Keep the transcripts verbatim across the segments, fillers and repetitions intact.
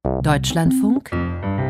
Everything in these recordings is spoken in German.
Deutschlandfunk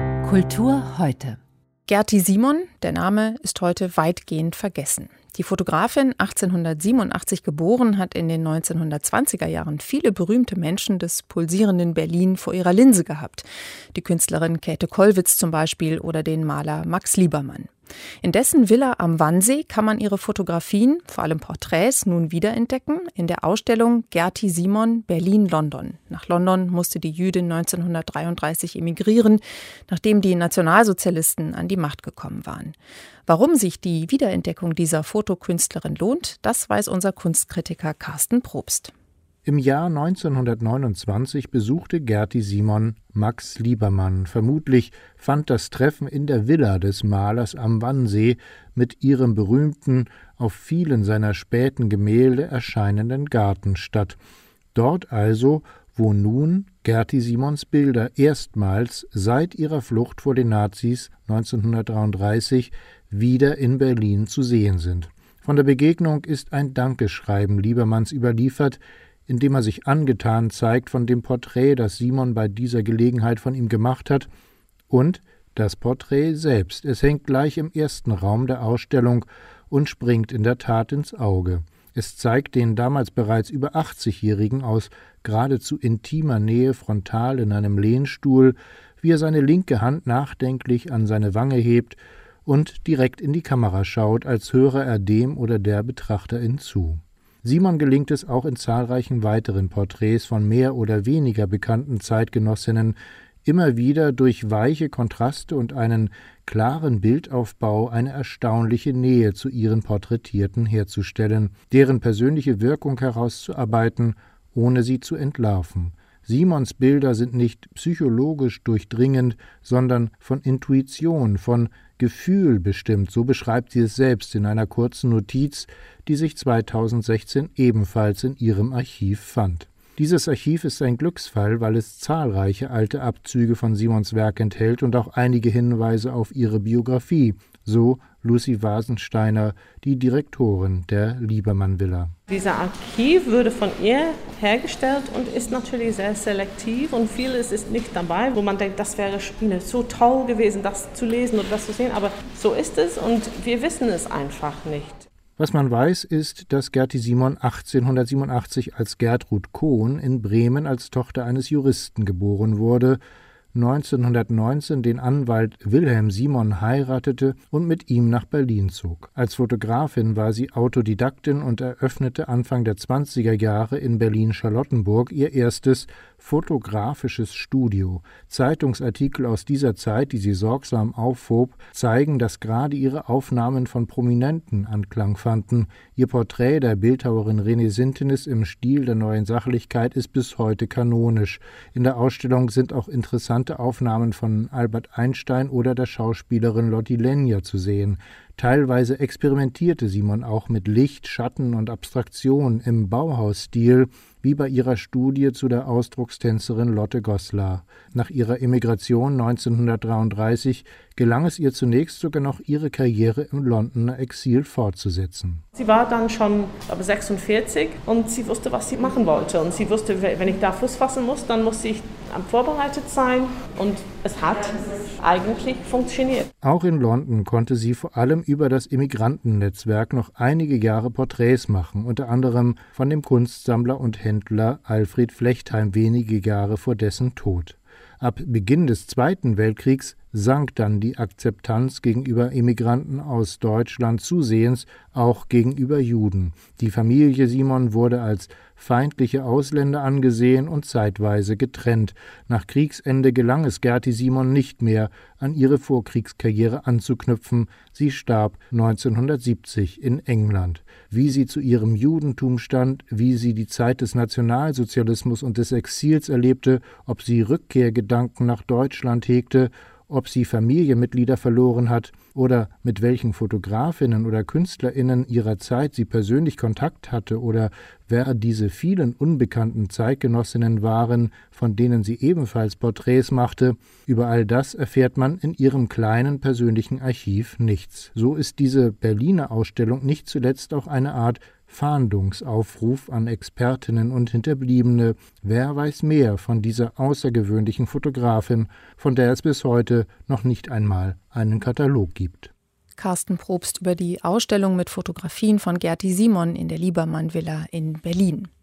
Kultur heute. Gerty Simon, der Name ist heute weitgehend vergessen. Die Fotografin, achtzehnhundertsiebenundachtzig geboren, hat in den neunzehnhundertzwanziger Jahren viele berühmte Menschen des pulsierenden Berlin vor ihrer Linse gehabt. Die Künstlerin Käthe Kollwitz zum Beispiel oder den Maler Max Liebermann. In dessen Villa am Wannsee kann man ihre Fotografien, vor allem Porträts, nun wiederentdecken in der Ausstellung Gerty Simon Berlin-London. Nach London musste die Jüdin neunzehnhundertdreiunddreißig emigrieren, nachdem die Nationalsozialisten an die Macht gekommen waren. Warum sich die Wiederentdeckung dieser Fotokünstlerin lohnt, das weiß unser Kunstkritiker Carsten Probst. Im Jahr neunzehnhundertneunundzwanzig besuchte Gerty Simon Max Liebermann. Vermutlich fand das Treffen in der Villa des Malers am Wannsee mit ihrem berühmten, auf vielen seiner späten Gemälde erscheinenden Garten statt. Dort also, wo nun Gerty Simons Bilder erstmals seit ihrer Flucht vor den Nazis neunzehnhundertdreiunddreißig wieder in Berlin zu sehen sind. Von der Begegnung ist ein Dankeschreiben Liebermanns überliefert, indem er sich angetan zeigt von dem Porträt, das Simon bei dieser Gelegenheit von ihm gemacht hat, und das Porträt selbst. Es hängt gleich im ersten Raum der Ausstellung und springt in der Tat ins Auge. Es zeigt den damals bereits über achtzigjährigen aus geradezu intimer Nähe frontal in einem Lehnstuhl, wie er seine linke Hand nachdenklich an seine Wange hebt und direkt in die Kamera schaut, als höre er dem oder der Betrachterin zu. Simon gelingt es auch in zahlreichen weiteren Porträts von mehr oder weniger bekannten Zeitgenossinnen, immer wieder durch weiche Kontraste und einen klaren Bildaufbau eine erstaunliche Nähe zu ihren Porträtierten herzustellen, deren persönliche Wirkung herauszuarbeiten, ohne sie zu entlarven. Simons Bilder sind nicht psychologisch durchdringend, sondern von Intuition, von Gefühl bestimmt, so beschreibt sie es selbst in einer kurzen Notiz, die sich zweitausendsechzehn ebenfalls in ihrem Archiv fand. Dieses Archiv ist ein Glücksfall, weil es zahlreiche alte Abzüge von Simons Werk enthält und auch einige Hinweise auf ihre Biografie, so Lucy Wasensteiner, die Direktorin der Liebermann-Villa. Dieser Archiv wurde von ihr hergestellt und ist natürlich sehr selektiv und vieles ist nicht dabei, wo man denkt, das wäre so toll gewesen, das zu lesen oder das zu sehen, aber so ist es und wir wissen es einfach nicht. Was man weiß, ist, dass Gerty Simon achtzehnhundertsiebenundachtzig als Gertrud Kohn in Bremen als Tochter eines Juristen geboren wurde, neunzehnhundertneunzehn den Anwalt Wilhelm Simon heiratete und mit ihm nach Berlin zog. Als Fotografin war sie Autodidaktin und eröffnete Anfang der zwanziger Jahre in Berlin-Charlottenburg ihr erstes fotografisches Studio. Zeitungsartikel aus dieser Zeit, die sie sorgsam aufhob, zeigen, dass gerade ihre Aufnahmen von Prominenten Anklang fanden. Ihr Porträt der Bildhauerin René Sintenis im Stil der Neuen Sachlichkeit ist bis heute kanonisch. In der Ausstellung sind auch interessante Aufnahmen von Albert Einstein oder der Schauspielerin Lotte Lenya zu sehen. Teilweise experimentierte Simon auch mit Licht, Schatten und Abstraktion im Bauhausstil, wie bei ihrer Studie zu der Ausdruckstänzerin Lotte Goslar. Nach ihrer Emigration neunzehnhundertdreiunddreißig gelang es ihr zunächst sogar noch, ihre Karriere im Londoner Exil fortzusetzen. Sie war dann schon aber sechsundvierzig und sie wusste, was sie machen wollte. Und sie wusste, wenn ich da Fuß fassen muss, dann muss ich vorbereitet sein. Und es hat eigentlich funktioniert. Auch in London konnte sie vor allem über das Immigrantennetzwerk noch einige Jahre Porträts machen, unter anderem von dem Kunstsammler und Händler Alfred Flechtheim wenige Jahre vor dessen Tod. Ab Beginn des Zweiten Weltkriegs sank dann die Akzeptanz gegenüber Immigranten aus Deutschland zusehends, auch gegenüber Juden. Die Familie Simon wurde als feindliche Ausländer angesehen und zeitweise getrennt. Nach Kriegsende gelang es Gerty Simon nicht mehr, an ihre Vorkriegskarriere anzuknüpfen. Sie starb neunzehnhundertsiebzig in England. Wie sie zu ihrem Judentum stand, wie sie die Zeit des Nationalsozialismus und des Exils erlebte, ob sie Rückkehrgedanken nach Deutschland hegte, ob sie Familienmitglieder verloren hat oder mit welchen Fotografinnen oder KünstlerInnen ihrer Zeit sie persönlich Kontakt hatte oder wer diese vielen unbekannten Zeitgenossinnen waren, von denen sie ebenfalls Porträts machte, über all das erfährt man in ihrem kleinen persönlichen Archiv nichts. So ist diese Berliner Ausstellung nicht zuletzt auch eine Art Fahndungsaufruf an Expertinnen und Hinterbliebene. Wer weiß mehr von dieser außergewöhnlichen Fotografin, von der es bis heute noch nicht einmal einen Katalog gibt. Carsten Probst über die Ausstellung mit Fotografien von Gerti Simon in der Liebermann Villa in Berlin.